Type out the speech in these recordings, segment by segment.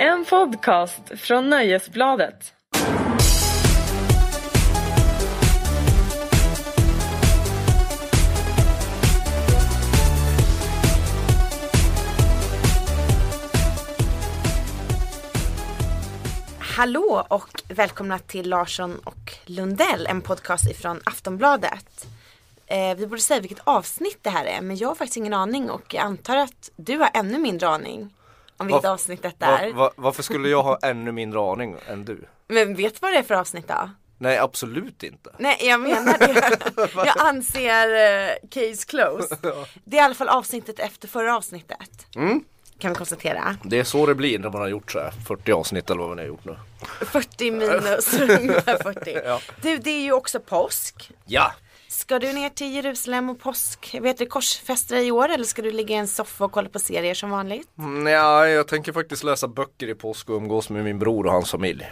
En podcast från Nöjesbladet. Hallå och välkomna till Larsson och Lundell, en podcast ifrån Aftonbladet. Vi borde säga vilket avsnitt det här är, men jag har faktiskt ingen aning och jag antar att du har ännu mindre aning om vilket avsnitt detta är. Varför skulle jag ha ännu mindre aning än du? Men vet du vad det är för avsnitt då? Nej, absolut inte. Nej, jag menar det. Jag anser case closed. Det är i alla fall avsnittet efter förra avsnittet. Kan vi konstatera. Det är så det blir när man har gjort så här 40 avsnitt eller vad man har gjort nu. 40 minus ungefär 40. Ja. Du, det är ju också påsk. Ja. Ska du ner till Jerusalem och påsk? Vet du, korsfester i år? Eller ska du ligga i en soffa och kolla på serier som vanligt? Ja, jag tänker faktiskt läsa böcker i påsk och umgås med min bror och hans familj.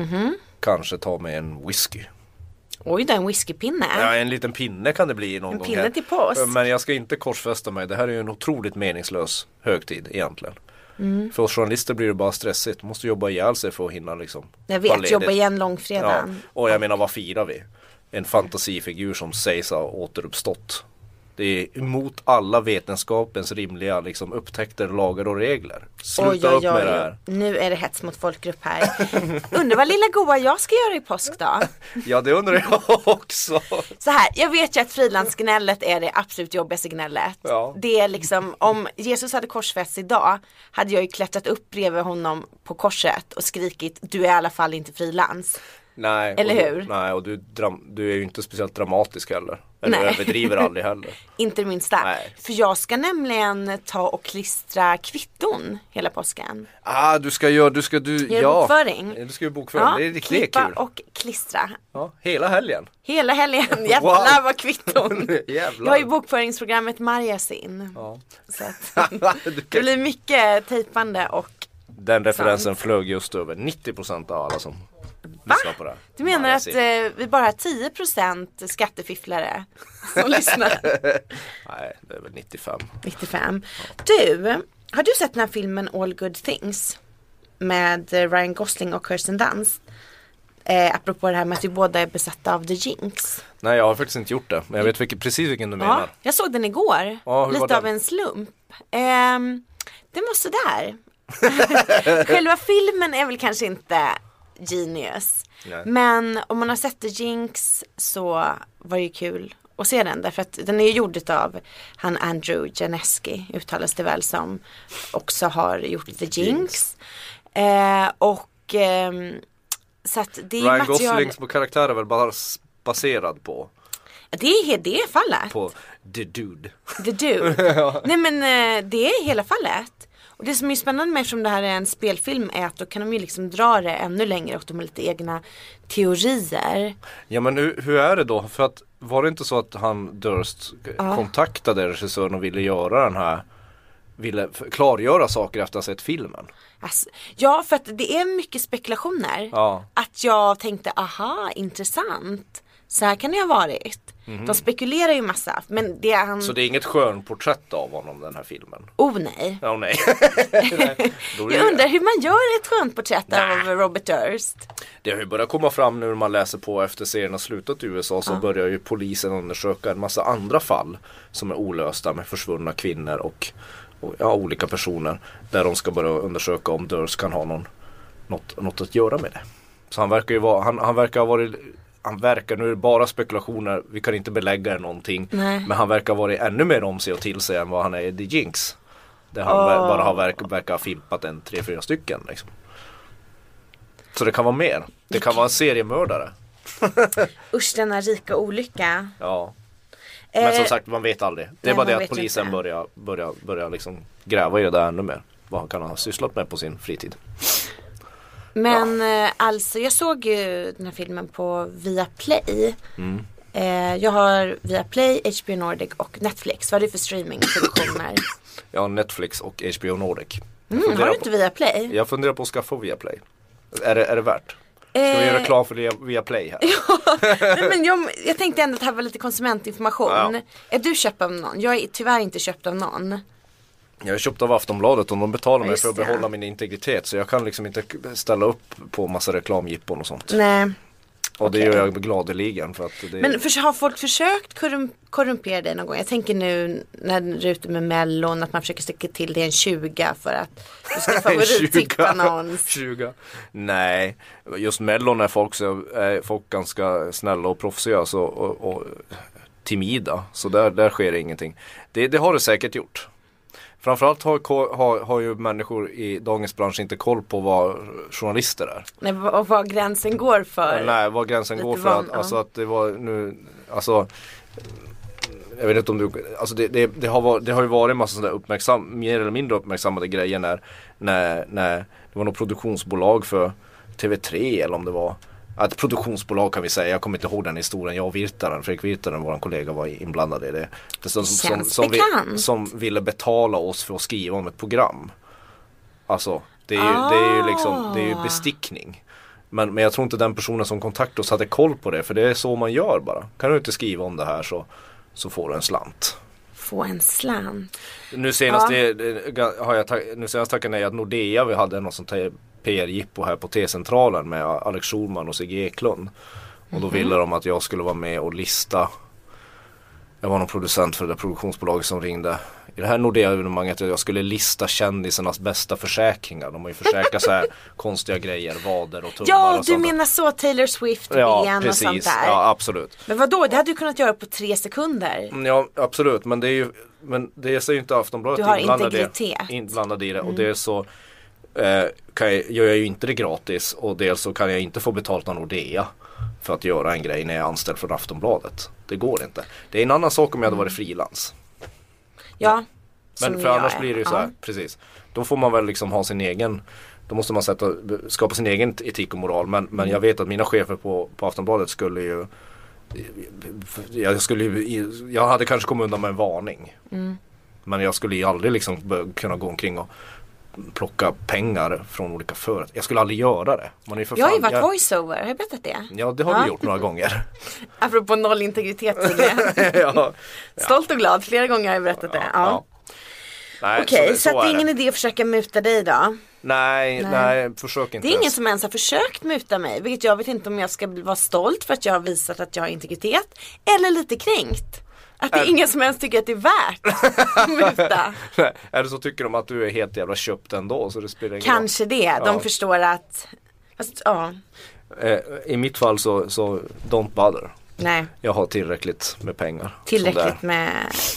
Kanske ta med en whisky. Oj, det är en whiskypinne. Ja, en liten pinne kan det bli någon gång. En pinne här. till påsk. Men jag ska inte korsfästa mig. Det här är ju en otroligt meningslös högtid egentligen. För oss journalister blir det bara stressigt. Man måste jobba ihjäl sig för att hinna liksom. Jag vet, jobba igen långfredagen. Ja. Och jag menar, vad firar vi? En fantasifigur som sägs ha återuppstått. Det är emot alla vetenskapens rimliga liksom, upptäckter, lagar och regler. Sluta upp med det här. Nu är det hets mot folkgrupp här. Undrar vad lilla goa jag ska göra i påsk då? Ja, det undrar jag också. Så här, jag vet ju att frilansgnället är det absolut jobbigaste gnället. Ja. Det är liksom, om Jesus hade korsfästs idag hade jag ju klättrat upp bredvid honom på korset och skrikit, du är i alla fall inte frilans. Nej, eller hur? Nej, och du är ju inte speciellt dramatisk heller. Eller överdriver aldrig heller. Inte det minsta. Nej. För jag ska nämligen ta och klistra kvitton hela påsken. Du ska göra bokföring. Du ska göra bokföring. Ja, Det är klippa kul. och klistra. Ja, hela helgen. Hela helgen. Jävlar Wow. vad kvitton. Jävlar. Jag har ju bokföringsprogrammet Marjasin. Ja. Så att det blir mycket tejpande och Den referensen flög just över 90% av alla som lyssnar på det. Du menar att vi bara har 10% skattefifflare som lyssnar? Nej, det är väl 95. 95. Du, har du sett den här filmen All Good Things? Med Ryan Gosling och Kirsten Dunst. Apropå det här med att vi båda är besatta av The Jinx. Nej, jag har faktiskt inte gjort det. Men jag vet precis vilken du menar. Jag såg den igår. Ja, hur var lite den? av en slump. Det måste där. Själva filmen är väl kanske inte genius. Nej. Men om man har sett The Jinx så var det ju kul att se den. Därför att den är ju gjord av han Andrew Janeski, uttalas det väl, som också har gjort The Jinx. Så att det är Ryan material... Goslings karaktär är väl bara baserad på Det är fallet. på The Dude. The Dude. Nej men det är hela fallet. Och det som är spännande med, eftersom det här är en spelfilm, är att då kan de ju liksom dra det ännu längre och de har lite egna teorier. Ja, men hur är det då? För att var det inte så att han Durst kontaktade regissören och ville klargöra saker efter att ha sett filmen? Alltså, ja, för att det är mycket spekulationer. Ja. Att jag tänkte, aha, intressant. Så här kan det ha varit. De spekulerar ju massa. Men det är han... Så det är inget skönporträtt av honom, den här filmen? Oh nej. Ja, nej. Jag undrar hur man gör ett skönt porträtt av Robert Durst. Det har ju börjat komma fram nu när man läser på efter serien har slutat i USA, så börjar ju polisen undersöka en massa andra fall som är olösta med försvunna kvinnor och olika personer, där de ska börja undersöka om Durst kan ha något att göra med det. Så han verkar ju vara, han verkar, nu är det bara spekulationer, vi kan inte belägga det någonting. Nej. Men han verkar vara ännu mer om sig och till sig än vad han är i The Jinx. Där han bara verkar ha filpat 3-4 stycken liksom. Så det kan vara mer. Det kan vara en seriemördare. Usch, denna rika olycka. Ja. Men som sagt, man vet aldrig. Det är bara det att polisen inte. börjar liksom gräva i det där ännu mer. Vad han kan ha sysslat med på sin fritid. Men alltså, jag såg ju den här filmen på Viaplay. Jag har Viaplay, HBO Nordic och Netflix. Vad är det för streamingproduktioner? Ja, Netflix och HBO Nordic. Har du inte Viaplay? Jag funderar på att skaffa Viaplay. Är det värt? Ska vi göra reklam för Viaplay här? Nej, men jag tänkte ändå att det här var lite konsumentinformation. Ja. Är du köpt av någon? Jag är tyvärr inte köpt av någon. Jag är köpt av Aftonbladet och de betalar mig Just för att det. behålla min integritet. Så jag kan liksom inte ställa upp på massa reklamjippon och sånt. Nej. Och det Okej. gör jag gladeligen för att det... Men har folk försökt korrumpera dig någon gång? Jag tänker nu när du är ute med Mellon att man försöker sticka till det en 20 för att du ska favorittippa någon. 20. Nej, just Mellon är folk ganska snälla och proffsiga och timida. Så där sker ingenting. Det har det säkert gjort. Framförallt har ju människor i dagens bransch inte koll på vad journalister är. Nej, och vad gränsen går för. Nej, vad gränsen går för att, alltså att det var nu, alltså jag vet inte om du, alltså det har ju varit en massa sådana mer eller mindre uppmärksammade grejer när det var något produktionsbolag för TV3 eller om det var ett produktionsbolag kan vi säga, jag kommer inte ihåg den historien. Jag och Fredrik Virtanen, vår kollega, var inblandade i det. Som ville betala oss för att skriva om ett program. Alltså, det är ju bestickning. Men jag tror inte den personen som kontaktade oss hade koll på det, för det är så man gör bara. Kan du inte skriva om det här så får du en slant. Få en slant. Nu senast tackade nej att Nordea, vi hade något sånt här PR-jippo här på T-centralen med Alex Schulman och Sigge Eklund. Och då ville de att jag skulle vara med och lista. Jag var någon producent för det produktionsbolaget som ringde i det här Nordea-evenemanget att jag skulle lista kändisarnas bästa försäkringar. De har ju försäkrat så här konstiga grejer, vader och tummar. Ja, och du sånt. menar så Taylor Swift Ja, och sånt där. Ja, absolut. Men vadå, det hade du kunnat göra på 3 sekunder. Ja, absolut. Men det är ju inte Aftonbladet Du har integritet. inblandad i det. Och det är så gör jag ju inte det gratis. Och dels så kan jag inte få betalt av Nordea för att göra en grej när jag är anställd från Aftonbladet. Det går inte. Det är en annan sak om jag hade varit frilans. Ja. Men för annars blir det ju så här, precis. Då får man väl liksom ha sin egen, då måste man skapa sin egen etik och moral. Men jag vet att mina chefer på Aftonbladet skulle ju, jag hade kanske kommit undan med en varning. Men jag skulle ju aldrig liksom kunna gå omkring och plocka pengar från olika företag. Jag skulle aldrig göra det. Jag har ju varit voiceover, har jag berättat det? Ja, det har du gjort några gånger. Apropå noll integritet ja. Stolt och glad, flera gånger har jag berättat det. Ja. Okej, så att det är ingen idé att försöka muta dig då? Nej, försök inte. Det är ingen som ens har försökt muta mig. Vilket jag vet inte om jag ska vara stolt för att jag har visat att jag har integritet. Eller lite kränkt. Att det är ingen som ens tycker att det är värt att muta. Är det så tycker de att du är helt jävla köpt ändå? Så det spelar ingen Kanske det. De förstår att... Fast, ja. I mitt fall så don't bother. Nej. Jag har tillräckligt med pengar. Tillräckligt med...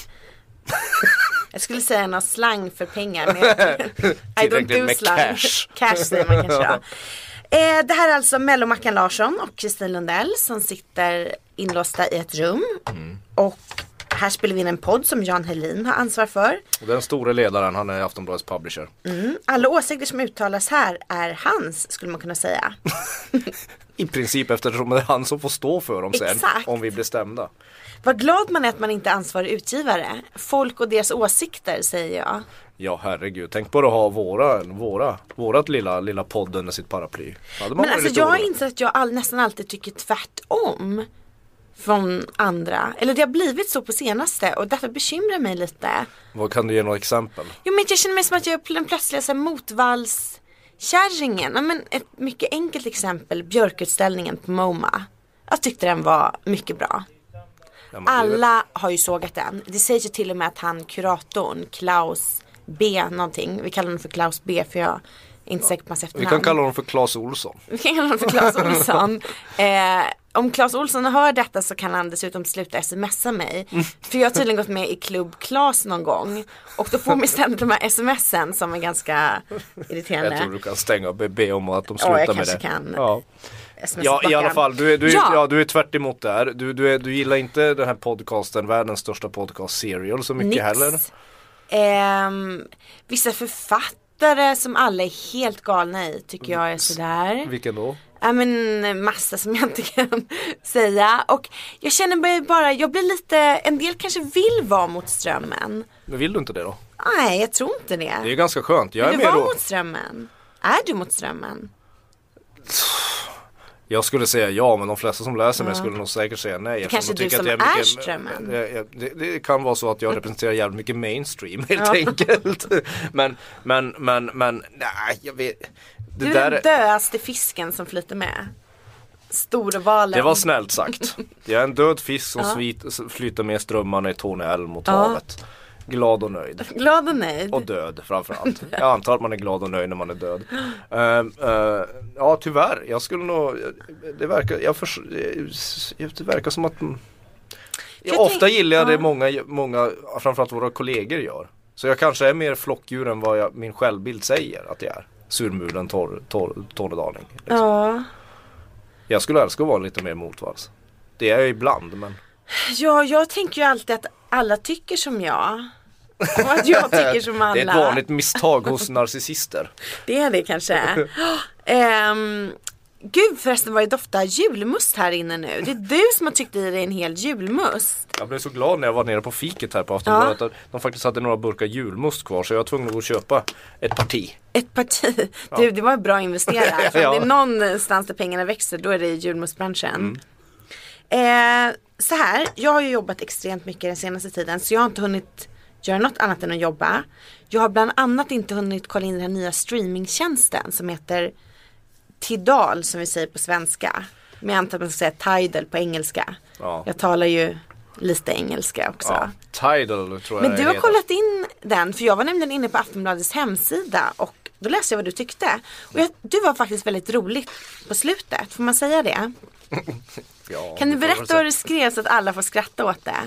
Jag skulle säga någon slang för pengar. Men I don't do med slang. Cash säger man kanske då. Det här är alltså Mello Mackan Larsson och Kristin Lundell som sitter inlåsta i ett rum. Och här spelar vi in en podd som Jan Helin har ansvar för. Och den stora ledaren, han är Aftonbladets publisher. Alla åsikter som uttalas här är hans, skulle man kunna säga. I princip, eftersom det är han som får stå för dem sen. Exakt. Om vi blir stämda. Vad glad man är att man inte är ansvarig utgivare. Folk och deras åsikter, säger jag. Ja, herregud. Tänk på att ha vårat lilla podd under sitt paraply. Men alltså jag har insett att jag nästan alltid tycker tvärtom från andra. Eller det har blivit så på senaste. Och detta bekymrar mig lite. Vad kan du ge några exempel? Jo, men jag känner mig som att jag är den plötsliga motvallskärringen. Ja, men ett mycket enkelt exempel. Björkutställningen på MoMA. Jag tyckte den var mycket bra. Alla har ju sågat den. Det sägs ju till och med att han, kuratorn, Klaus B någonting. Vi kallar honom för Klaus B för jag är inte säker på hans efternamn. Vi kan kalla honom för Claes Olsson. Vi kan kalla honom för Claes Olsson. Om Claes Olsson hör detta så kan han dessutom sluta smsa mig. För jag har tydligen gått med i klubb Claes någon gång. Och då får man ständigt de här smsen som är ganska irriterande. Jag tror du kan stänga och be om att de slutar med det. Jag kanske kan. Ja, i alla fall, du är tvärt emot det här. Du gillar inte den här podcasten, världens största podcast Serial så mycket heller. Vissa författare som alla är helt galna i tycker jag är sådär. Vilken då? Ja, men massa som jag inte kan säga. Och jag känner bara, jag blir lite, en del kanske vill vara mot strömmen. Men vill du inte det då? Nej, jag tror inte det. Det är ganska skönt. Vill du vara mot strömmen? Är du mot strömmen? Jag skulle säga ja, men de flesta som läser mig skulle nog säkert säga nej. Det kanske du som är strömmen. Det kan vara så att jag representerar jävligt mycket mainstream helt enkelt. Men nej, jag vet. Du är den dödaste fisken som flyter med. Storavalen. Det var snällt sagt. Jag är en död fisk som flyter med strömmarna i Torne älv mot havet. Glad och nöjd. Glad och nöjd. Och död framförallt. Jag antar att man är glad och nöjd när man är död. Ja, tyvärr. Jag skulle nog... Det verkar som att... ofta gillar jag det många, framförallt våra kollegor gör. Så jag kanske är mer flockdjur än vad min självbild säger att jag är. Surmulen, tornedaling. Liksom. Ja. Jag skulle älska att vara lite mer motvalls. Det är jag ibland, men... Ja, jag tänker ju alltid att alla tycker som jag. Och att jag tycker som alla. Det är ett vanligt misstag hos narcissister. Det är det kanske. Gud, förresten, vad det doftar julmust här inne nu. Det är du som har tyckt i dig en hel julmust. Jag blev så glad när jag var nere på fiket här på Aftonbladet att de faktiskt hade några burkar julmust kvar, så jag var tvungen att gå och köpa ett parti. Ett parti? Ja. Du, det var en bra investerare. Det är någonstans där pengarna växer, då är det i julmustbranschen. Så här, jag har ju jobbat extremt mycket den senaste tiden, så jag har inte hunnit göra något annat än att jobba. Jag har bland annat inte hunnit kolla in den här nya streamingtjänsten som heter Tidal, som vi säger på svenska. Men jag antar att man ska säga Tidal på engelska. Ja. Jag talar ju lite engelska också. Ja, Tidal tror jag. Men du har kollat in den, för jag var nämligen inne på Aftonbladets hemsida och då läste jag vad du tyckte. Och du var faktiskt väldigt roligt på slutet, får man säga det? Ja, kan du berätta vad du skrev så att alla får skratta åt det?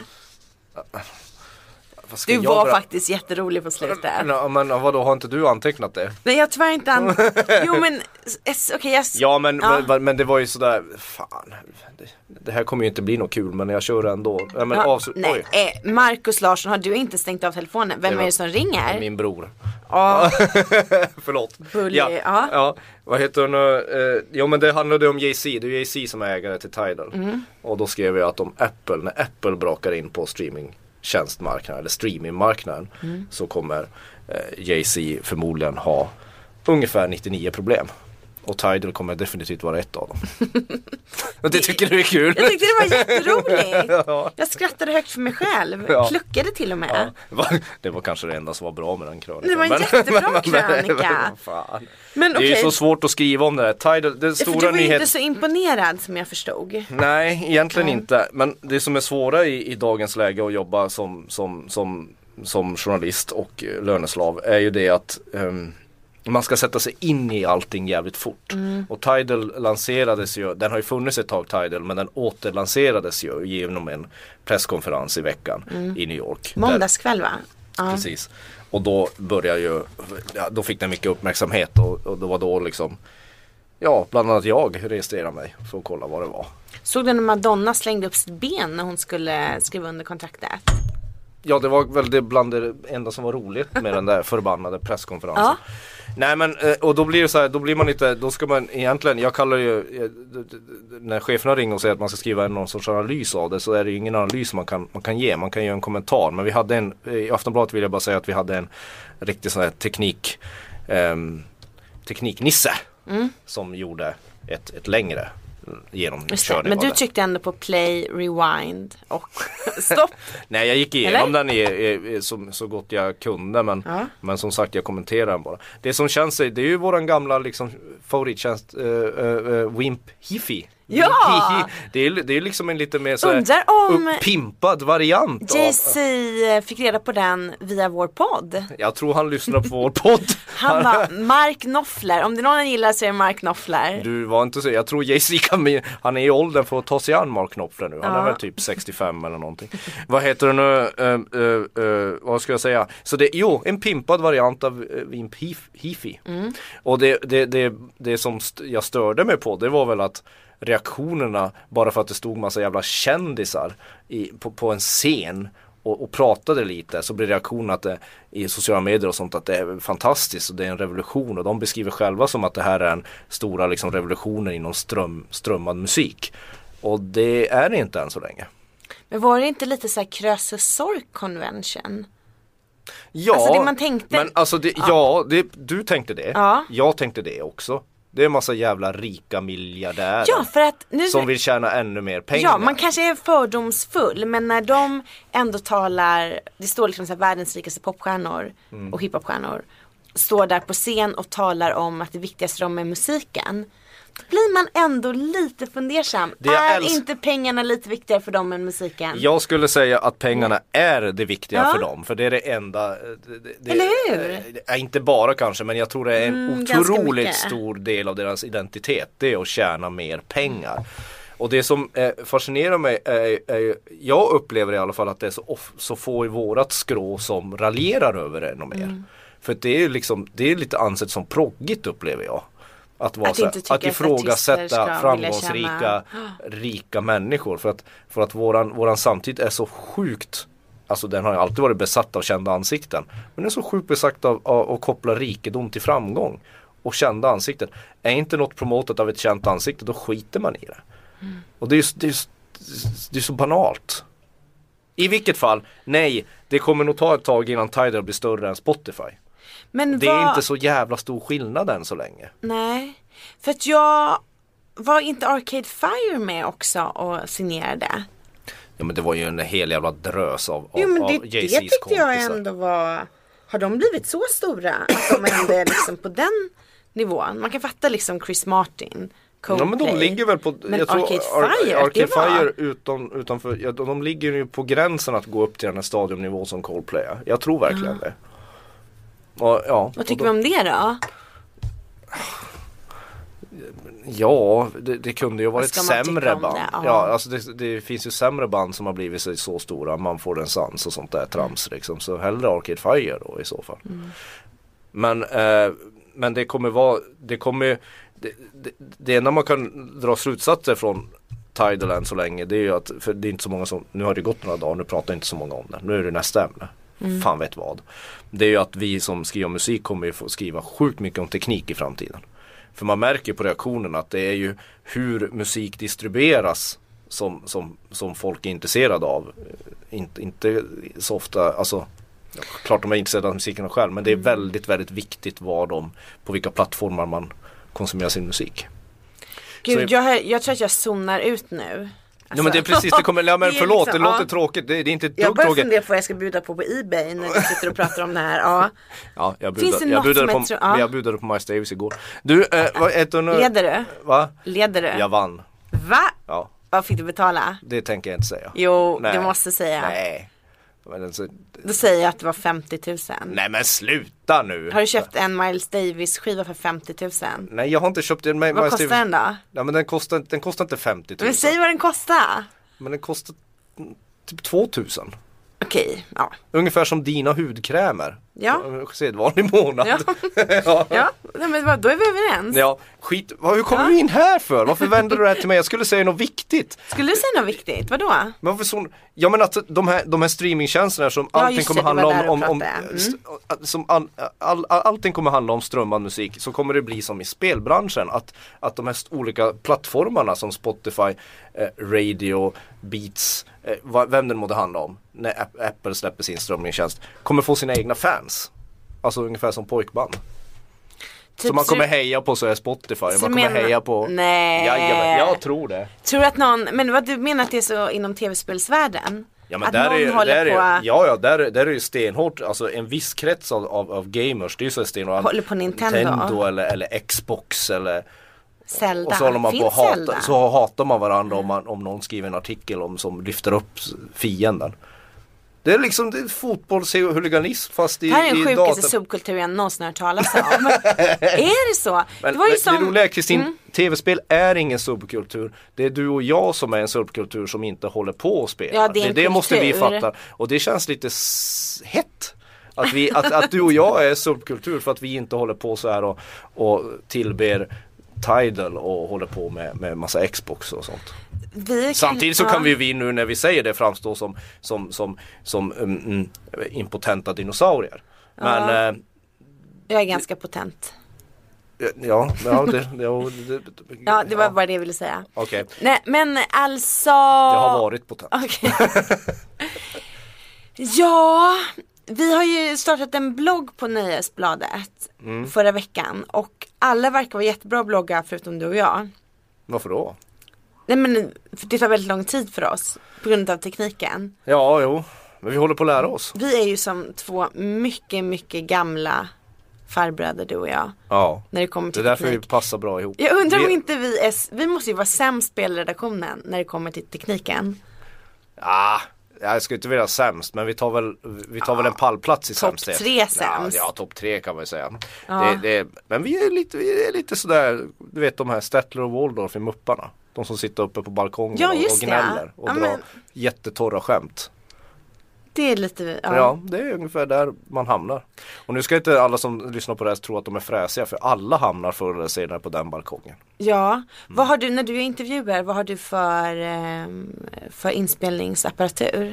Du var faktiskt jätterolig på slutet. Men vadå, har inte du antecknat det? Nej, jag tyvärr inte Jo, men okej, Ja, men det var ju sådär. Fan, det här kommer ju inte bli något kul, men jag kör ändå. Nej, Marcus Larsson, har du inte stängt av telefonen? Vem är det som ringer? Min bror. Ja. Förlåt. Bully, ja. Vad heter hon nu? Jo, men det handlade om Jay-Z. Det är Jay-Z som är ägare till Tidal. Och då skrev jag att när Apple brakar in på streamingtjänstmarknaden eller streamingmarknaden så kommer Jay-Z förmodligen ha ungefär 99 problem. Och Tidal kommer definitivt vara ett av dem. Och det tycker du är kul? Jag tyckte det var jätteroligt. Ja. Jag skrattade högt för mig själv. Kluckade till och med. Ja. Det var kanske det enda som var bra med den krönikan. Det var en jättebra krönika. Men det är ju så svårt att skriva om det här. Tidal, den stora du var inte så imponerad som jag förstod. Nej, egentligen inte. Men det som är svåra i dagens läge att jobba som journalist och löneslav är ju det att man ska sätta sig in i allting jävligt fort. Och Tidal lanserades ju, den har ju funnits ett tag Tidal, men den återlanserades ju genom en presskonferens i veckan i New York. Måndagskväll, va? Precis. Och då då fick den mycket uppmärksamhet och det var då liksom, bland annat jag registrerade mig för att kolla vad det var. Såg du när Madonna slängde upp sitt ben när hon skulle skriva under kontraktet? Ja, det var väl det bland det enda som var roligt med den där förbannade presskonferensen. Ja. Nej, men och då blir det så här, då blir man inte, då ska man egentligen, jag kallar ju när cheferna ringer och säger att man ska skriva någon sorts analys av det, så är det ju ingen analys man kan ge, man kan ge en kommentar. Men vi hade i Aftonbladet vill jag bara säga att vi hade en riktig sån här tekniknisse som gjorde ett längre genomkörning. Men du tyckte ändå på play, rewind och stopp. Nej, jag gick igenom den så gott jag kunde, men som sagt, jag kommenterar den bara. Det som känns, det är ju våran gamla liksom favorittjänst Wimp Hifi. Ja! Det är liksom en lite mer så här uppimpad variant. Jay-Z fick reda på den via vår podd. Jag tror han lyssnar på vår podd. Han var Mark Knopfler. Om det är någon han gillar så är det Mark Knopfler. Du var inte så. Jag tror Jay-Z han är i åldern för att ta sig an Mark Knopfler nu. Han är väl typ 65 eller någonting. Vad heter det nu? Vad ska jag säga? Så det är en pimpad variant av Wimp Hifi. Och det som jag störde mig på, det var väl att reaktionerna, bara för att det stod massa jävla kändisar på en scen och pratade lite, så blir reaktionen att det, i sociala medier och sånt, att det är fantastiskt och det är en revolution, och de beskriver själva som att det här är en stora liksom revolutionen inom strömmad musik, och det är det inte än så länge. Men var det inte lite så här Krösus Sork Convention? Ja, alltså det man tänkte. Men alltså du tänkte det. Jag tänkte det också. Det är en massa jävla rika miljardärer. Ja, för att nu, som vill tjäna ännu mer pengar. Ja, man kanske är fördomsfull, men när de ändå talar, det står liksom så här, världens rikaste popstjärnor och hiphopstjärnor står där på scen och talar om att det viktigaste för dem är musiken. Då blir man ändå lite fundersam. Inte pengarna lite viktigare för dem än musiken? Jag skulle säga att pengarna är det viktiga för dem. För det är det enda. Eller hur? Inte bara kanske, men jag tror det är en otroligt stor del av deras identitet. Det är att tjäna mer pengar. Och det som fascinerar mig är jag upplever i alla fall att det är så få i vårat skrå som raljerar över det ännu mer. För det är liksom, det är lite ansett som proggigt, upplever jag. Att ifrågasätta framgångsrika rika människor. För att våran samtid är så sjukt. Alltså den har ju alltid varit besatt av kända ansikten. Men den är så sjukt besatt av att koppla rikedom till framgång. Och kända ansikten. Är inte något promotat av ett känt ansikte, då skiter man i det. Och det är så banalt. I vilket fall, nej, det kommer nog ta ett tag innan Tidal blir större än Spotify. Men det är inte så jävla stor skillnad än så länge. Nej, för att jag var inte Arcade Fire med också och signerade. Ja, men det var ju en hel jävla drös av Jay-Z's det tyckte jag ändå var. Har de blivit så stora att de ändå är liksom på den nivån? Man kan fatta liksom Chris Martin, Coldplay. Ja, men de ligger väl på, men jag tror Arcade Fire utanför, de ligger ju på gränsen att gå upp till den här stadiumnivå som Coldplay är. Jag tror verkligen det. Och, ja, vad tycker vi om det då? Ja, det kunde ju varit sämre band. Ja, alltså det finns ju sämre band som har blivit så stora. Man får en sans och sånt där trams liksom. Så hellre Arcade Fire då i så fall. Men det kommer vara, det enda man kan dra slutsatser från Tidal än så länge, det är ju att, för det är inte så många som, nu har det gått några dagar, nu pratar inte så många om det. Nu är det nästa ämne. Fan vet vad. Det är ju att vi som skriver musik kommer ju få skriva sjukt mycket om teknik i framtiden. För man märker på reaktionerna att det är ju hur musik distribueras som folk är intresserade av. Inte så ofta, alltså klart de är intresserade av musiken själv, men det är väldigt, väldigt viktigt på vilka plattformar man konsumerar sin musik. Gud, jag tror att jag zonar ut nu. Alltså, ja, men det är precis, det kommer, ja, men förlåt, liksom, det låter tråkigt, det är inte ett dugg tråkigt. Jag börjar fundera på vad jag ska bjuda på eBay när vi sitter och pratar om det här. Ja, jag budade på Miles Davis igår. Du, leder du? Va? Leder du? Jag vann. Va? Ja. Vad fick du betala? Det tänker jag inte säga. Jo, du måste säga. Nej. Då säger jag att det var 50 000. Nej, men sluta nu. Har du köpt en Miles Davis skiva för 50 000? Nej, jag har inte köpt en Miles Davis. Vad kostar den då? Ja, men den kostar inte 50 000. Men säg vad den kostar. Men den kostar typ 2 000. Okej, ja. Ungefär som dina hudkrämer. Ja. Sedvanlig månad. Ja, men då är vi överens. Ja, skit. Hur kommer du in här för? Varför vänder du det här till mig? Jag skulle säga något viktigt. Skulle du säga något viktigt? Vadå? Men varför så? Ja, men att de här streamingtjänsterna som allting kommer handla allting kommer handla om strömmad musik, så kommer det bli som i spelbranschen att de här olika plattformarna som Spotify, Radio, Beats, vem den måste handla om när Apple släpper sin strömningstjänst, kommer få sina egna fans. Alltså ungefär som pojkband. Typ så man kommer heja på så är Spotify. Man kommer heja på. Nej. Jag tror det. Tror att någon, men vad du menar att det är så inom tv-spelsvärlden? Ja, men där är det ju stenhårt. Alltså en viss krets av gamers, det är ju så stenhårt. Håller på Nintendo eller Xbox eller Zelda. Och så håller man på så hatar man varandra om någon skriver en artikel som lyfter upp fienden. Det är liksom fotbollshuliganism fast i här är den sjukaste subkulturen jag någonsin har hört talas om. Är det så? Men, det var ju det roliga, Kristin, tv-spel är ingen subkultur. Det är du och jag som är en subkultur som inte håller på att spela. Ja, det måste vi fatta. Och det känns lite hett. Att du och jag är subkultur för att vi inte håller på så här och tillber Tidal och håller på med massa Xbox och sånt. Samtidigt så kan vi nu när vi säger det framstå som impotenta dinosaurier. Men jag är ganska potent. Det var bara det jag ville säga. Okay. Nej, men alltså jag har varit potent. Okay. Ja, vi har ju startat en blogg på Nöjesbladet förra veckan. Och alla verkar vara jättebra bloggar förutom du och jag. Varför då? Nej, men det tar väldigt lång tid för oss på grund av tekniken. Ja, jo. Men vi håller på att lära oss. Vi är ju som två mycket, mycket gamla farbröder, du och jag. Ja, när det kommer till det är därför teknik. vi passar bra ihop. Jag undrar om inte vi måste ju vara sämst spelredaktionen när det kommer till tekniken. Ja, jag ska inte vara sämst, men vi tar väl en pallplats i sämst. Topp 3 sämst. Ja, topp 3 kan man ju säga. Ja. Men vi är lite sådär, du vet de här Statler och Waldorf i Mupparna. De som sitter uppe på balkongen Ja, och just det. gnäller och drar jättetorra skämt. Det är lite, Ja, det är ungefär där man hamnar. Och nu ska inte alla som lyssnar på det här tro att de är fräsiga, för alla hamnar förr eller senare på den balkongen. Ja, vad har du när du är intervjuer, vad har du för inspelningsapparatur?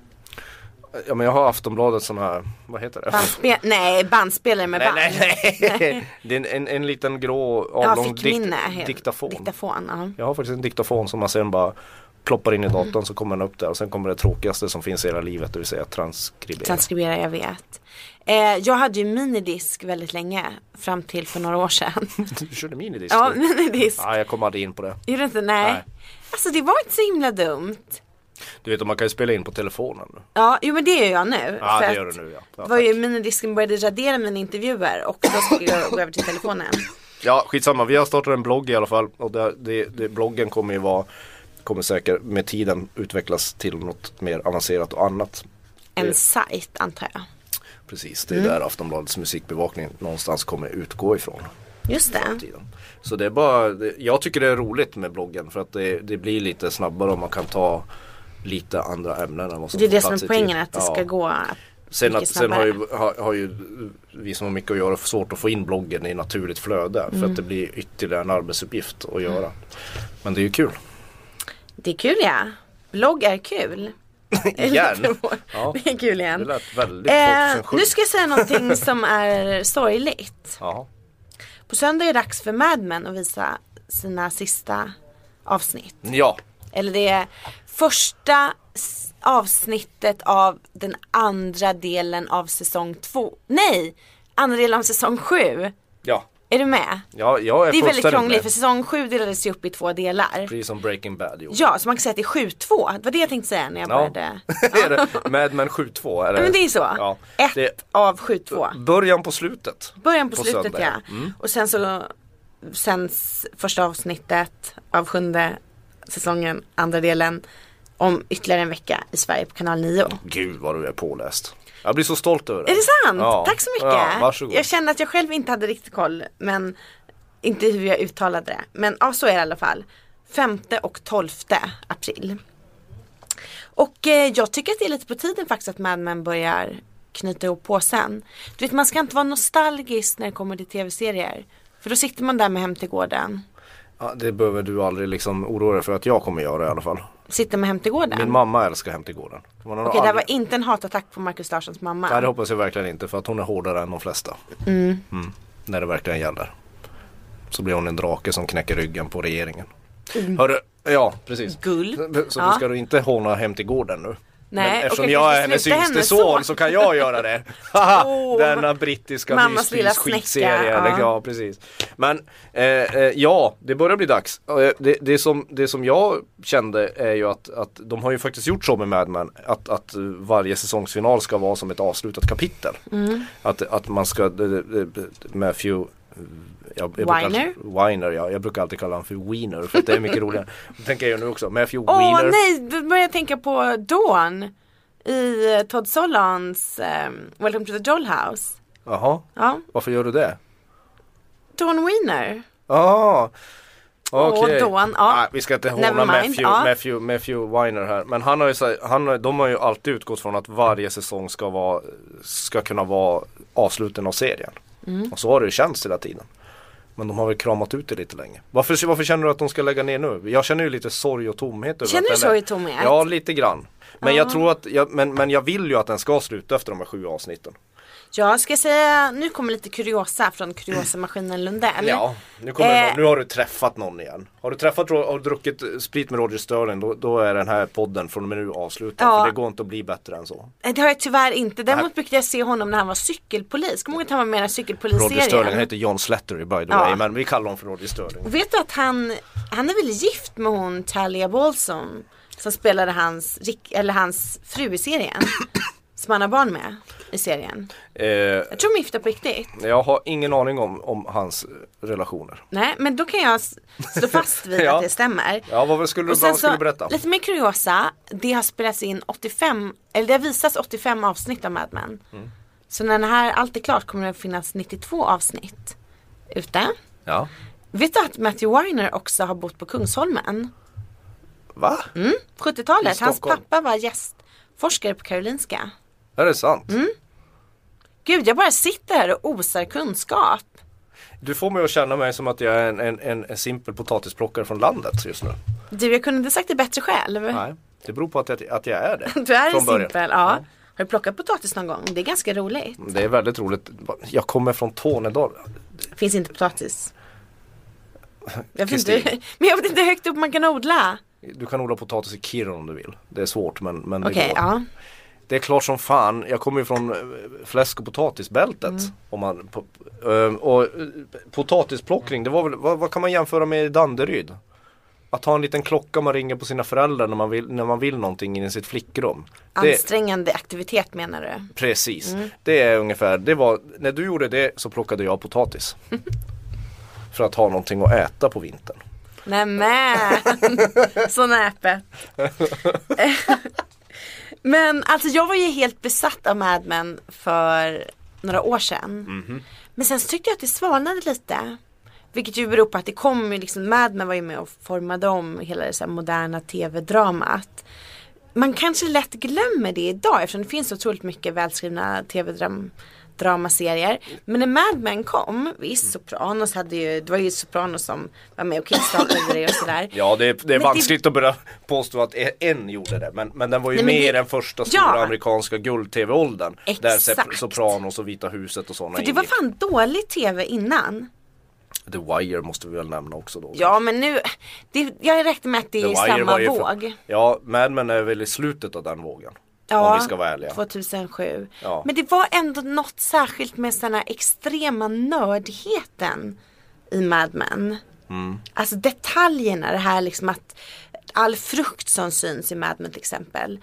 Ja, men jag har Aftonbladet sån här, vad heter det? Bandspelare med band. Nej. Det är en liten grå avlång diktafon. Ja. Jag har faktiskt en diktafon som man sen bara ploppar in i datorn, så kommer den upp där och sen kommer det tråkigaste som finns i hela livet, det vill säga transkribera, jag vet. Jag hade ju minidisk väldigt länge, fram till för några år sedan. Du körde minidisk? Ja, minidisk. Ja, jag kom aldrig in på det. Gjorde inte? Nej. Alltså det var inte så himla dumt. Du vet, man kan ju spela in på telefonen nu. Ja, jo men det gör jag nu. Ja, för det gör du nu, ja. Var ju minidisken började radera mina intervjuer och då skulle jag gå över till telefonen. Ja, skitsamma. Vi har startat en blogg i alla fall, och bloggen kommer säkert med tiden utvecklas till något mer avancerat och annat. En sajt, antar jag. Precis, det är där Aftonbladets musikbevakning någonstans kommer utgå ifrån. Just det. Så det är bara, jag tycker det är roligt med bloggen, för att det blir lite snabbare och man kan ta lite andra ämnen än vad som det är det som plats är i poängen, tid. att det ska gå Sen snabbare. har ju vi som har mycket att göra svårt att få in bloggen i naturligt flöde, för att det blir ytterligare en arbetsuppgift att göra. Men det är ju kul. Det är kul, ja. Blogg är kul. Igen. Ja. Det är kul igen. Det lät väldigt 2007. Nu ska jag säga någonting som är sorgligt. Ja. På söndag är det dags för Mad Men att visa sina sista avsnitt. Ja. Eller det är första avsnittet av den andra delen av säsong 2. Nej, andra delen av säsong 7. Ja. Är du med? Ja, jag är det är väldigt krångligt med. För säsong 7 delades ju upp i 2 delar. Precis som Breaking Bad gjorde. Ja, så man kan säga att det är 7-2. Det var det jag tänkte säga när jag började. Är det Mad Men 7-2? Ja, men det är så. Ja. 1 av 7-2. Början på slutet. Början på slutet, söndag. ja. Och sen så sänds första avsnittet av 7:e säsongen, andra delen, om ytterligare en vecka i Sverige på kanal 9. Gud vad du är påläst. Jag blir så stolt över det. Är det sant? Ja. Tack så mycket. Ja, varsågod. Jag känner att jag själv inte hade riktigt koll, men inte hur jag uttalade det. Men ja, så är det i alla fall. 5:e och 12:e april. Och jag tycker att det är lite på tiden faktiskt att Mad Men börjar knyta ihop påsen. Du vet, man ska inte vara nostalgisk när det kommer till tv-serier. För då sitter man där med Hem till gården. Ja, det behöver du aldrig liksom oroa dig för att jag kommer göra i alla fall. Sitter med Hem till gården? Min mamma älskar Hem till gården. Okej, det var inte en hatattack på Marcus Larssons mamma. Nej, det hoppas jag verkligen inte, för att hon är hårdare än de flesta. När det verkligen gäller. Så blir hon en drake som knäcker ryggen på regeringen. Hörru, ja, precis. Gull. Så du ska du inte håna Hem till gården nu. Nej, men eftersom okej, jag är hennes yngste son så kan jag göra det. Denna brittiska mammas lilla myspys-skitserie. snäcka. Ja, precis. Men ja, det börjar bli dags. Det som jag kände är ju att de har ju faktiskt gjort så med Mad Men, att varje säsongsfinal ska vara som ett avslutat kapitel. Att man ska Matthew Weiner, ja. Jag brukar alltid kalla honom för Wiener, för att det är mycket roligare. Det tänker jag nu också. Matthew Weiner. Nej, då börjar jag tänka på Dawn i Todd Solondz Welcome to the Dollhouse. Jaha, Ja. Varför gör du det? Dawn Weiner. Okej. Dawn, ja. Nej, vi ska inte håna Matthew Weiner här. Men de har ju alltid utgått från att varje säsong ska kunna vara avsluten av serien. Och så har det ju känts hela tiden. Men de har väl kramat ut det lite länge. Varför känner du att de ska lägga ner nu? Jag känner ju lite sorg och tomhet. Känner du sorg och tomhet? Ja, lite grann. Men jag tror att men jag vill ju att den ska sluta efter de här 7 avsnitten. Jag ska säga, nu kommer lite kuriosa från kuriosamaskinen Lundell. Ja, nu har du träffat någon igen. Har du druckit sprit med Roger Sterling, då är den här podden från och med nu avslutad. Ja. För det går inte att bli bättre än så. Det har jag tyvärr inte. Däremot brukade jag se honom när han var cykelpolis. Kommer du ihåg att han var med i den cykelpolis-serien? Roger Sterling heter John Slattery by the way, men vi kallar honom för Roger Sterling. Och vet du att han är väl gift med hon Talia Balsam som spelade hans fru i serien? Som han har barn med i serien. Jag tror de är gifta på riktigt. Jag har ingen aning om hans relationer. Nej, men då kan jag stå fast vid att det stämmer. Ja, vad skulle du berätta? Lite mer kuriosa, det har spelats in 85, eller det har visats 85 avsnitt av Mad Men. Så när det här allt är klart kommer det att finnas 92 avsnitt ute. Ja. Vet du att Matthew Weiner också har bott på Kungsholmen? Va? 70-talet. Hans pappa var gästforskare på Karolinska. Är det sant? Gud, jag bara sitter här och osar kunskap. Du får mig att känna mig som att jag är en simpel potatisplockare från landet just nu. Du, jag kunde inte sagt det bättre själv. Nej, det beror på att jag är det. Du är från simpel, ja. Har du plockat potatis någon gång? Det är ganska roligt. Det är väldigt roligt. Jag kommer från Tornedal. Finns inte potatis. Jag vet inte, men jag vet inte hur högt upp man kan odla. Du kan odla potatis i Kiruna om du vill. Det är svårt men det går. Okej, ja. Det är klart som fan. Jag kommer ju från fläsk- och potatisbältet. Och potatisplockning, det var väl, vad kan man jämföra med i Danderyd? Att ha en liten klocka man ringer på sina föräldrar när man vill någonting i sitt flickrum. Ansträngande aktivitet menar du? Precis. Det är ungefär, när du gjorde det så plockade jag potatis. För att ha någonting att äta på vintern. Nämen, så näpet. Men alltså jag var ju helt besatt av Mad Men för några år sedan. Men sen så tyckte jag att det svalnade lite. Vilket ju beror på att det kom ju liksom, Mad Men var ju med och formade om hela det så här moderna tv-dramat. Man kanske lätt glömmer det idag eftersom det finns så otroligt mycket välskrivna tv-dramaserier. Men när Mad Men kom, visst, Sopranos det var ju Sopranos som var med och kickstartade det och sådär. Ja, det är vanskligt att börja påstå att en gjorde det. Men den var ju med i den första stora amerikanska guld-tv-åldern. Där Sopranos och Vita huset och sådana. För det var fan dålig tv innan. The Wire måste vi väl nämna också då. Ja, men nu jag räknar med att det är samma våg. Ja, Mad Men är väl i slutet av den vågen. Ja, om vi ska vara ärliga. 2007. Ja. Men det var ändå något särskilt med såna extrema nördigheten i Mad Men. Alltså detaljerna, det här liksom att all frukt som syns i Mad Men till exempel,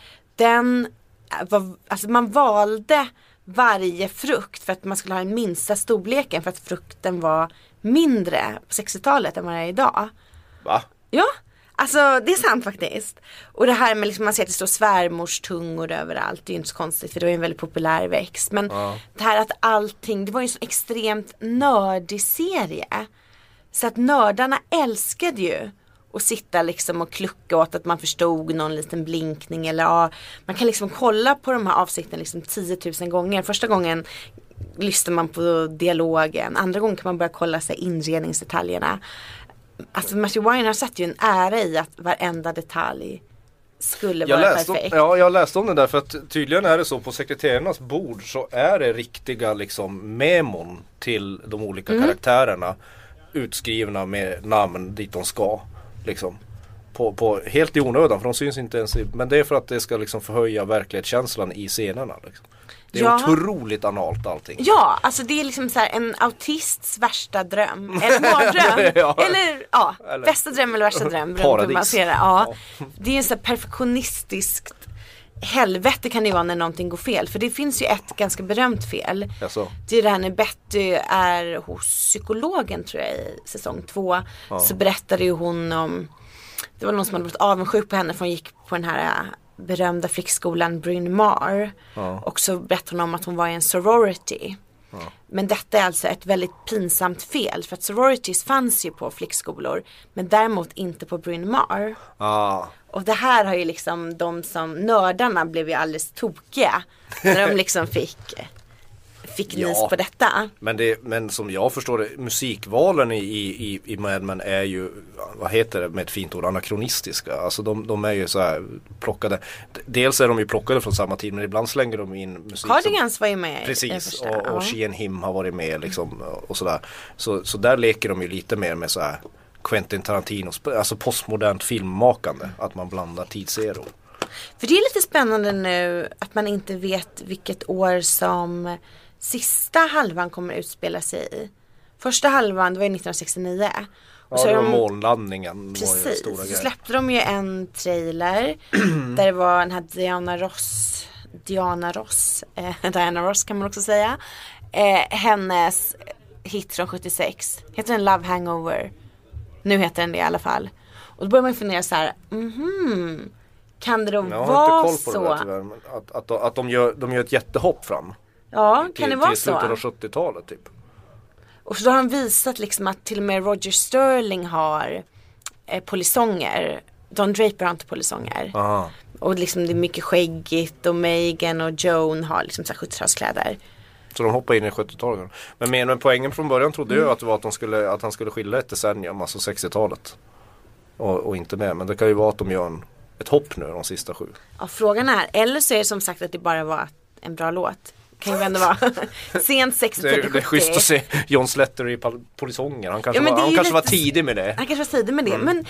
alltså man valde varje frukt för att man skulle ha den minsta storleken för att frukten var mindre på 60-talet än vad det är idag. Va? Ja, alltså det är sant faktiskt. Och det här med liksom, man ser att det står svärmorstungor överallt, det är ju inte så konstigt för det var ju en väldigt populär växt. Men det här att allting, det var ju en så extremt nördig serie. Så att nördarna älskade ju att sitta liksom och klucka åt att man förstod någon liten blinkning eller man kan liksom kolla på de här avsnitten liksom 10 000 gånger. Första gången lyssnar man på dialogen, andra gången kan man börja kolla sig inredningsdetaljerna. Alltså Matthew Weiner har satt ju en ära i att varenda detalj skulle vara perfekt. Jag läste om det där för att tydligen är det så på sekreterarnas bord så är det riktiga liksom memon till de olika karaktärerna utskrivna med namn dit de ska liksom. På helt i onödan för de syns inte ens men det är för att det ska liksom förhöja verklighetskänslan i scenerna liksom. Det är otroligt analt allting. Ja, alltså det är liksom så här en autists värsta dröm. Eller mardröm. Eller bästa dröm eller värsta dröm. Paradis. Ja. Det är en så här perfektionistiskt helvete kan det vara när någonting går fel. För det finns ju ett ganska berömt fel. Jaså. Det är det här när Betty är hos psykologen tror jag i säsong 2. Så berättade ju hon om, det var någon som hade blivit avundsjuk på henne för hon gick på den här berömda flickskolan Bryn Mawr. Och så berättade hon om att hon var i en sorority. Men detta är alltså ett väldigt pinsamt fel. För att sororities fanns ju på flickskolor. Men däremot inte på Bryn Mawr. Och det här har ju fick nys på detta. Men som jag förstår det, musikvalen i Mad Men är ju, vad heter det med ett fint ord, anakronistiska. Alltså de är ju så här plockade. Dels är de ju plockade från samma tid, men ibland slänger de in musik. Cardigans var ju med. Precis, och She and Him har varit med liksom, och sådär. Så där leker de ju lite mer med så här Quentin Tarantinos, alltså postmodernt filmmakande, att man blandar tidseror. För det är lite spännande nu att man inte vet vilket år som sista halvan kommer utspela sig i. Första halvan, det var ju 1969. Och så det var månlandningen. Precis, var ju stora så släppte de ju en trailer där det var den här Diana Ross kan man också säga. Hennes hit från 76. Heter den Love Hangover? Nu heter den det i alla fall. Och då börjar man fundera så här, kan det då vara så? Att de gör ett jättehopp fram. Ja, kan det vara till slutet av så? 70-talet typ. Och så har han visat liksom att till och med Roger Sterling har polisonger. Don Draper har inte polisonger. Aha. Och liksom det är mycket skäggigt och Megan och Joan har liksom så här 70-talskläder. Så de hoppar in i 70-talet. Men poängen från början trodde jag att det var att han skulle skilja ett decennium, alltså 60-talet. Och inte med. Men det kan ju vara att de gör ett hopp nu de sista 7. Ja, frågan är, eller så är det som sagt att det bara var en bra låt. Kan ju ändå vara sent 60-70. Det är schysst att se John Slater i polisonger. Han kanske var tidig med det. Han kanske var tidig med det. Men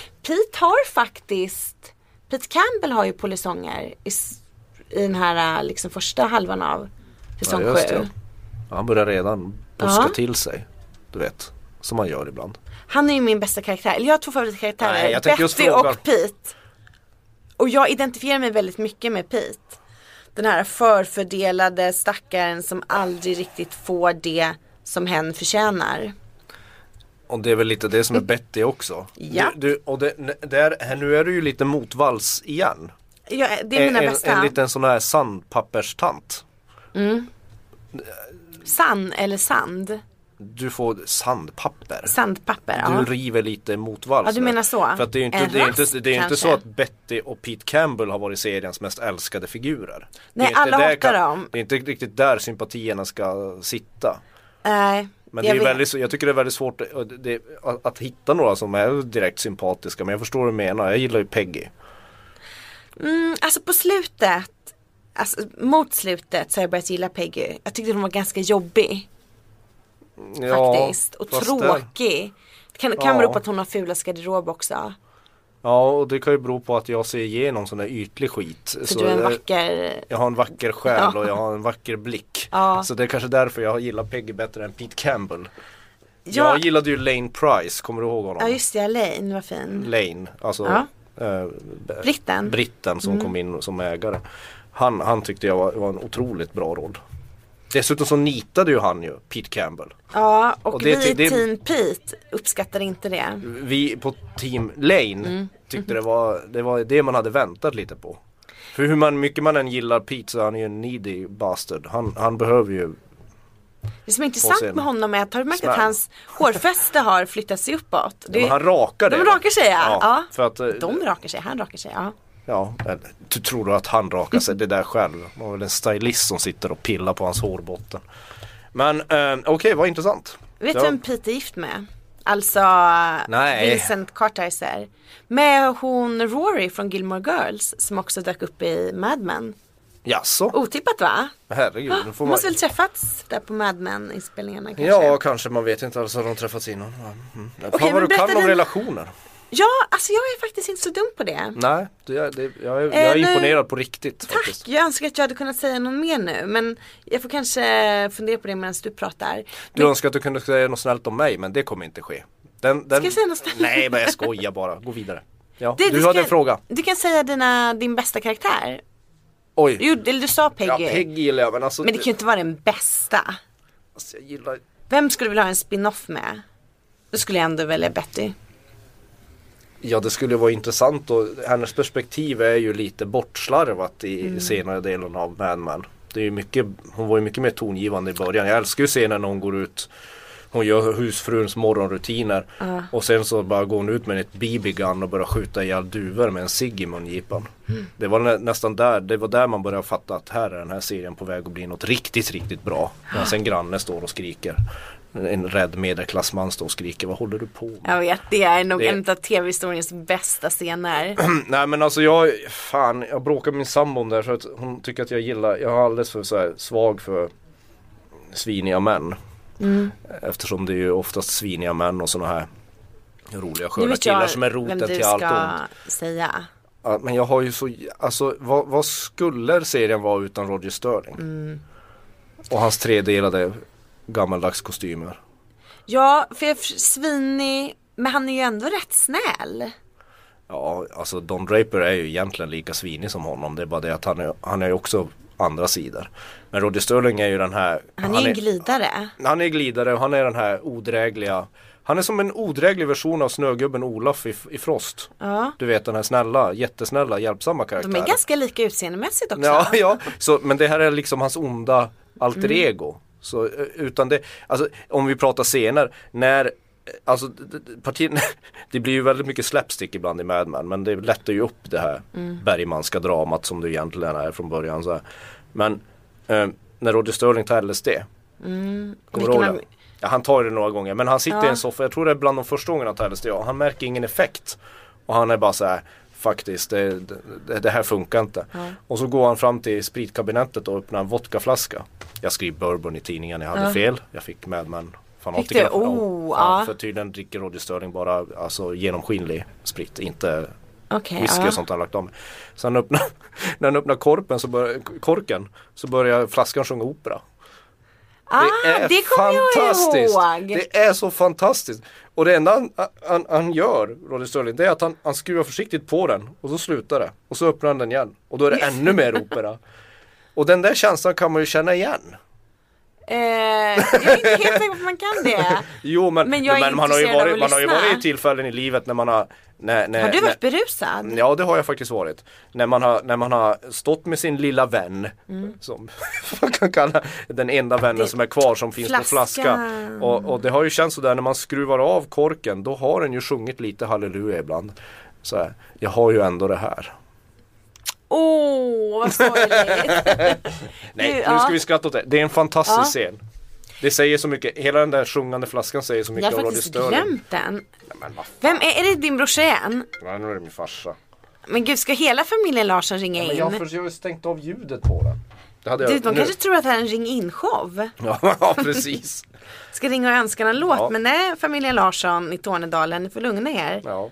Pete Campbell har ju polisonger i den här liksom första halvan av säsong 7. Ja, han börjar redan buska till sig. Du vet, som man gör ibland. Han är ju min bästa karaktär. Eller jag har 2 favoritkaraktärer. Betty och Pete. Och jag identifierar mig väldigt mycket med Pete. Den här förfördelade stackaren som aldrig riktigt får det som hen förtjänar. Och det är väl lite det som är Betty också. Ja. Nu är du ju lite motvalls igen. Ja, det är mina bästa. En liten sån här sandpapperstant. Sand eller sand? Du får sandpapper. Sandpapper, Du river lite motvalls. Ja, du menar så. För att det är inte så att Betty och Pete Campbell har varit seriens mest älskade figurer. Nej, alla hatar dem. Det är inte riktigt där sympatierna ska sitta. Nej. Men jag tycker det är väldigt svårt att hitta några som är direkt sympatiska. Men jag förstår vad du menar. Jag gillar ju Peggy. Alltså på slutet, mot slutet så har jag börjat gilla Peggy. Jag tyckte hon var ganska jobbig. Faktiskt. Och tråkig. Det kan bero på att hon har fulast garderob också. Ja, och det kan ju bero på att jag ser igenom sån där ytlig skit. För du är en vacker... Jag har en vacker själ och jag har en vacker blick. Ja. Så det är kanske därför jag gillar Peggy bättre än Pete Campbell. Jag gillade ju Lane Price, kommer du ihåg honom? Ja, just det, Lane, vad fin. Lane, alltså britten som kom in som ägare. Han tyckte jag var en otroligt bra roll. Dessutom så nitade ju han ju Pete Campbell. Ja, och vi Team Pete uppskattade inte det. Vi på Team Lane tyckte det var det man hade väntat lite på. För hur mycket man än gillar Pete så är han ju en needy bastard. Han behöver ju... Det som är intressant med honom är att har du märkt att hans hårfäste har flyttat sig uppåt. Men han rakar det. De rakar sig, ja. För att, de rakar sig, han rakar sig, ja. Ja, du tror att han rakar sig det där själv. Det var väl en stylist som sitter och pillar på hans hårbotten. Men okej, vad intressant. Vet du vem Pete är gift med? Alltså Vincent Kartheiser. Med hon Rory från Gilmore Girls som också dök upp i Mad Men. Jaså? Otippat va? Herregud, nu får man... måste väl träffats där på Mad Men-inspelningarna kanske? Ja, kanske, man vet inte alls har de träffats innan. Okej, vad du kan om relationer. Ja, alltså jag är faktiskt inte så dum på det. Nej, jag är imponerad på riktigt. Tack, faktiskt. Jag önskar att jag hade kunnat säga någon mer nu. Men jag får kanske fundera på det medan du pratar. Du önskar att du kunde säga något snällt om mig, men det kommer inte ske. Ska jag säga något snällt? Nej, men jag skojar bara. Gå vidare. Ja, du hade en fråga. Du kan säga din bästa karaktär. Oj. Eller du sa Peggy. Ja, Peggy gillar jag, men alltså... Men det kan ju inte vara den bästa. Alltså, jag gillar... Vem skulle du vilja ha en spin-off med? Då skulle jag ändå välja Betty. Ja, det skulle vara intressant och hennes perspektiv är ju lite bortslarvat i senare delen av Mad Men. Det är ju mycket, hon var ju mycket mer tongivande i början. Jag älskar ju scenen när hon går ut hon gör husfruns morgonrutiner. Och sen så bara går hon ut med ett BB-gun och börjar skjuta ihjäl duvor med en cigg i mungipan. Det var nästan där, det var där man började fatta att här är den här serien på väg att bli något riktigt, riktigt bra. Men sen grannen står och skriker. En rädd medelklassman står och skriker, vad håller du på med? Jag vet, det är nog en av tv-historiens bästa scener. Nej men alltså jag bråkar med min sambo där för att hon tycker att jag har alldeles för så här, svag för sviniga män. Eftersom det är ju oftast sviniga män och såna här roliga sköna killar som är roten till allt ont. Säga. Ja, men jag har ju så, alltså vad skulle serien vara utan Roger Sterling? Och hans tredelade gammaldags kostymer. Ja, för svinig, men han är ju ändå rätt snäll. Ja, alltså Don Draper är ju egentligen lika svinig som honom. Det är bara det att han är ju också andra sidor. Men Roger Sterling är ju den här... Han är en glidare. Han är glidare och han är den här odrägliga... Han är som en odräglig version av snögubben Olaf i Frost. Ja. Du vet den här snälla, jättesnälla, hjälpsamma karaktären. De är ganska lika utseendemässigt också. Ja, så, men det här är liksom hans onda alter ego. Så utan det, alltså om vi pratar scener när alltså det blir ju väldigt mycket slapstick ibland i Mad Men, men det lättar ju upp det här Bergmanska dramat som det egentligen är från början så här. Men när Roger Sterling tar LSD kommer du ihåg det? Ja, han tar det några gånger, men han sitter i en soffa, jag tror det är bland de första gångerna han tar LSD och han märker ingen effekt och han är bara så här, faktiskt, det här funkar inte. Och så går han fram till spritkabinettet och öppnar en vodkaflaska. Jag skrev bourbon i tidningen, jag hade fel. Jag fick Mad Men fanatiker. För tydligen dricker Roger Sterling bara alltså, genomskinlig sprit, inte whisky och sånt han lagt om. Så när han öppnar korken så börjar flaskan sjunga opera. Det är fantastiskt. Det är så fantastiskt. Och det enda han gör, Roger Sterling, det är att han skruvar försiktigt på den och så slutar det. Och så öppnar han den igen. Och då är det ännu mer opera. Och den där känslan kan man ju känna igen. Jag är inte helt säker på att man kan det. Jo, men man har ju varit i tillfällen i livet när man har... Har du varit berusad? Ja, det har jag faktiskt varit. När man har stått med sin lilla vän, som man kan kalla den enda vännen som är kvar som finns på flaska. Och det har ju känts sådär när man skruvar av korken, då har den ju sjungit lite halleluja ibland. Så här, jag har ju ändå det här. Vad sorgligt. Nej, nu ska vi skratta åt det. Det är en fantastisk scen. Det säger så mycket, hela den där sjungande flaskan säger så mycket om Roger Sterling. Jag har faktiskt glömt den. Vem är det, din brorsa igen? Nej, nu är det min farsa. Men gud, ska hela familjen Larsson ringa in? Jag har ju stängt av ljudet på den. De kanske tror att det här är en ring-in-show. Ja, precis. Ska ringa och önska en låt, men nej, familjen Larsson i Tornedalen, ni får lugna er. Ja.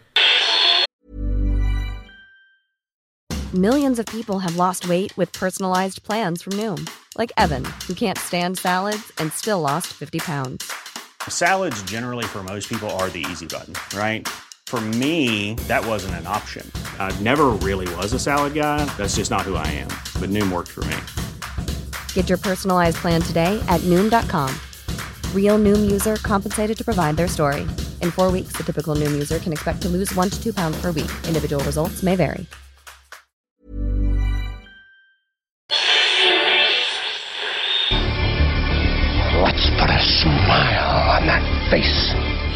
Millions of people have lost weight with personalized plans from Noom. Like Evan, who can't stand salads and still lost 50 pounds. Salads generally for most people are the easy button, right? For me, that wasn't an option. I never really was a salad guy. That's just not who I am. But Noom worked for me. Get your personalized plan today at Noom.com. Real Noom user compensated to provide their story. In 4 weeks, the typical Noom user can expect to lose 1 to 2 pounds per week. Individual results may vary. Let's put a smile on that face.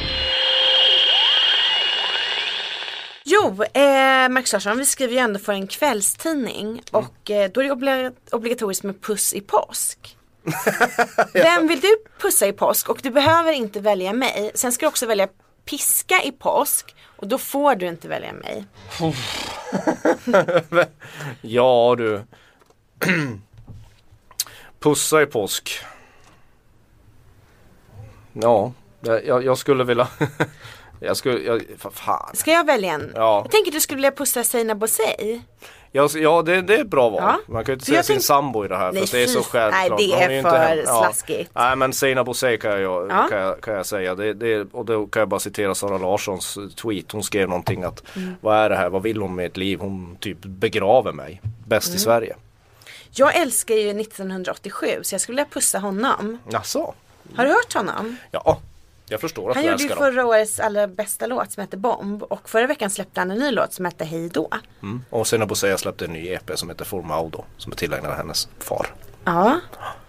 Jo, Max Larsson, vi skriver ju ändå för en kvällstidning och då är det obligatoriskt med puss i påsk. Vem vill du pussa i påsk? Och du behöver inte välja mig. Sen ska du också välja piska i påsk och då får du inte välja mig. Ja, du. Pussa i påsk. Ja, jag skulle vilja... fan. Ska jag välja en? Ja. Jag tänker att du skulle vilja pussa Seinabo Bosei. Ja, det är ett bra val. Ja. Man kan ju inte säga sin sambo i det här. Nej, för det är så självklart. Nej, det är för slaskigt. Nej, men Seinabo Bosei kan jag säga. Och då kan jag bara citera Sara Larssons tweet. Hon skrev någonting att vad är det här? Vad vill hon med ett liv? Hon typ begraver mig. Bäst i Sverige. Jag älskar ju 1987 så jag skulle vilja pussa honom. Jaså? Har du hört honom? Ja, jag förstår att han du älskar honom. Han gjorde ju förra årets allra bästa låt som heter Bomb. Och förra veckan släppte han en ny låt som heter Hej då. Och sen Bosei släppte en ny EP som heter Formaudo. Som är tillägnad hennes far. Ja.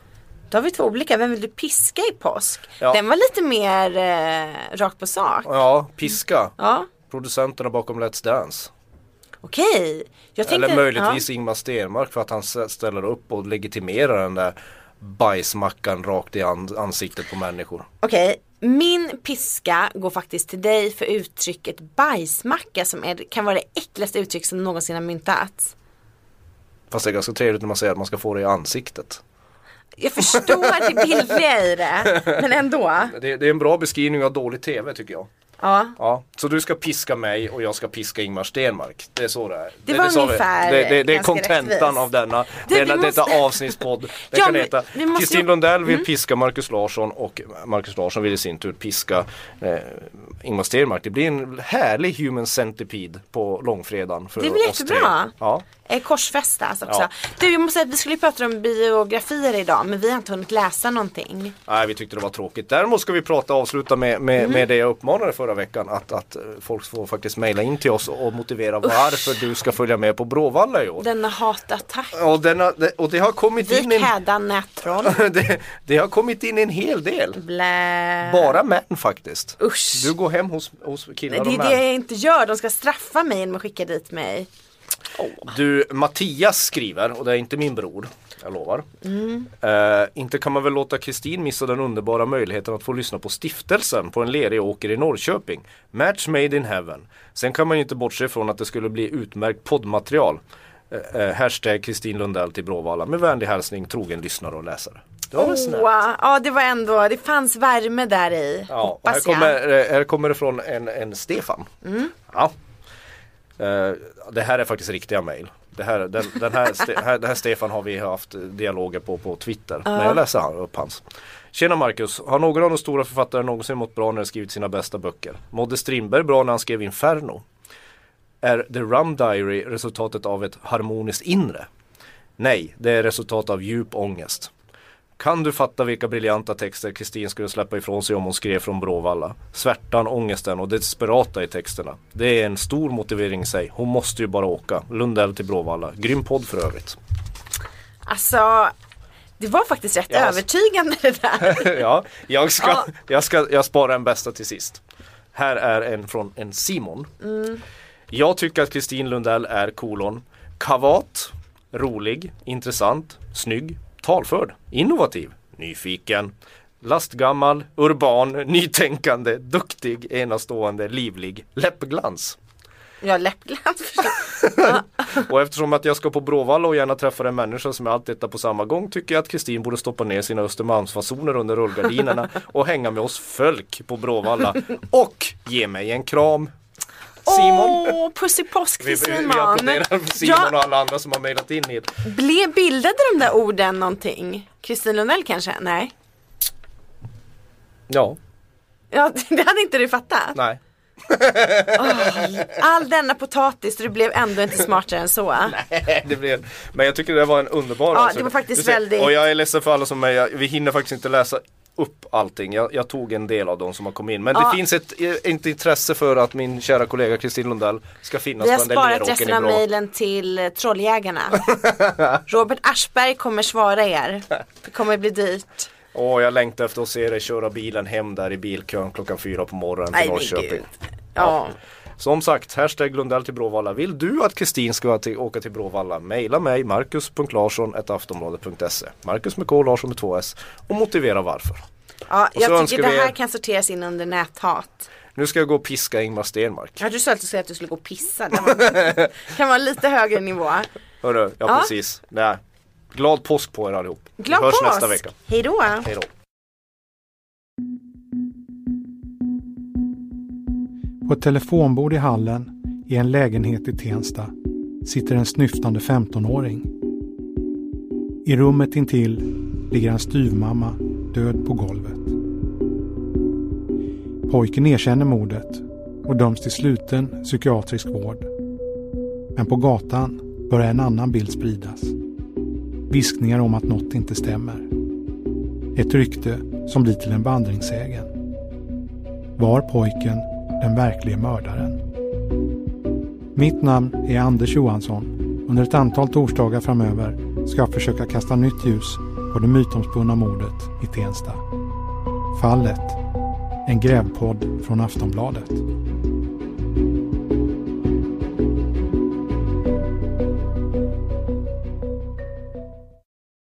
Då har vi 2 olika. Vem vill du piska i påsk? Ja. Den var lite mer rakt på sak. Ja, piska. Ja. Producenterna bakom Let's Dance. Okej. Jag tänkte, Eller möjligtvis Ingmar Stenmark för att han ställer upp och legitimerar den där bajsmackan rakt i ansiktet på människor. Okej. Min piska går faktiskt till dig för uttrycket bajsmacka som kan vara det äckligaste uttryck som någonsin har myntats. Fast det är ganska trevligt när man säger att man ska få det i ansiktet. Jag förstår det bildliga i det, men ändå. Det är en bra beskrivning av dålig tv tycker jag. Ja. Så du ska piska mig och jag ska piska Ingmar Stenmark. Det är så det är. Det var ungefär det är kontentan av detta avsnittspodd. Det kan heta Kristin Lundell vill piska Marcus Larsson och Marcus Larsson vill i sin tur piska Ingmar Stenmark. Det blir en härlig human centipede på långfredagen för det blir oss jättebra. tre. Ja. Korsfästas också. Ja. Du, jag måste säga att vi skulle prata om biografier idag, men vi har inte hunnit läsa någonting. Nej, vi tyckte det var tråkigt. Däremot ska vi avsluta med det jag uppmanade förra veckan, att folk får faktiskt mejla in till oss och motivera varför du ska följa med på Bråvalla i år. Denna hatattack. Och det har kommit in nättroll. det har kommit in en hel del. Blä. Bara män faktiskt. Usch. Du går hem hos killar och män. Det är det jag inte gör. De ska straffa mig genom att skicka dit mig. Du, Mattias skriver, och det är inte min bror, jag lovar. Inte kan man väl låta Kristin missa den underbara möjligheten att få lyssna på Stiftelsen på en lerig åker i Norrköping. Match made in heaven. Sen kan man ju inte bortse från att det skulle bli utmärkt poddmaterial. Hashtag Kristin Lundell till Bråvalla. Med vänlig hälsning, trogen lyssnare och läsare. Det var väl snällt. Ja, det var ändå, det fanns värme där i. Ja, hoppas här kommer det från en Stefan. Ja. Det här är faktiskt riktiga mejl. Det här Stefan har vi haft dialoger på Twitter. Men jag läser upp hans. Tjena Marcus, har någon av de stora författare någonsin mått bra när de skrivit sina bästa böcker? Mådde Strindberg bra när han skrev Inferno? Är The Rum Diary resultatet av ett harmoniskt inre? Nej, det är resultat av djup ångest. Kan du fatta vilka briljanta texter Kristin skulle släppa ifrån sig om hon skrev från Bråvalla? Svärtan, ångesten och det desperata i texterna. Det är en stor motivering i sig. Hon måste ju bara åka. Lundell till Bråvalla. Grym podd för övrigt. Alltså, det var faktiskt rätt övertygande det där. Ja, jag sparar en bästa till sist. Här är en från en Simon. Jag tycker att Kristin Lundell är kavat, rolig, intressant, snygg, talförd, innovativ, nyfiken, lastgammal, urban, nytänkande, duktig, enastående, livlig, läppglans. Ja, läppglans förstås. Och eftersom att jag ska på Bråvalla och gärna träffar en människa som är allt detta på samma gång, tycker jag att Kristin borde stoppa ner sina Östermalmsfasoner under rullgardinerna och hänga med oss folk på Bråvalla och ge mig en kram. Simon. Puss i påsk till Simon. Vi applåderar för Simon och alla andra som har mejlat in hit. Bildade de där orden någonting? Kristin Lundell kanske? Nej. Ja, det hade inte du fattat. nej. All denna potatis, du blev ändå inte smartare än så. Nej, det blev. Men jag tycker det var en underbar. Ja, det var faktiskt väldigt. Och jag är ledsen för alla som är. Vi hinner faktiskt inte läsa upp allting. Jag tog en del av dem som har kommit in. Men det finns ett intresse för att min kära kollega Kristin Lundell ska finnas på den där leråken i Bråvalla. Vi har sparat resten av mejlen till trolljägarna. Robert Aschberg kommer svara er. Det kommer bli dyrt. Jag längtar efter att se dig köra bilen hem där i bilkön 4:00 på morgonen till Norrköping. Ja. Som sagt, hashtag Lundell till Bråvalla. Vill du att Kristin ska åka till Bråvalla? Maila mig, marcus.larsson@aftonbladet.se. Marcus med K, Larsson med 2S. Och motivera varför. Ja, jag tycker det här kan sorteras in under näthat. Nu ska jag gå och piska Ingmar Stenmark. Jag hade sagt att säga att du skulle gå och pissa. Kan vara lite högre nivå. Hörru, precis. Nej. Glad påsk på er allihop. Glad Vi hörs påsk. nästa vecka. Hej då. Hej då. På ett telefonbord i hallen i en lägenhet i Tensta sitter en snyftande 15-åring. I rummet intill ligger en styvmamma död på golvet. Pojken erkänner mordet och döms till sluten psykiatrisk vård. Men på gatan börjar en annan bild spridas. Viskningar om att något inte stämmer. Ett rykte som blir till en vandringssägen. Var pojken den verkliga mördaren? Mitt namn är Anders Johansson. Under ett antal torsdagar framöver ska jag försöka kasta nytt ljus på det mytomspunna mordet i Tensta. Fallet, en grävpodd från Aftonbladet.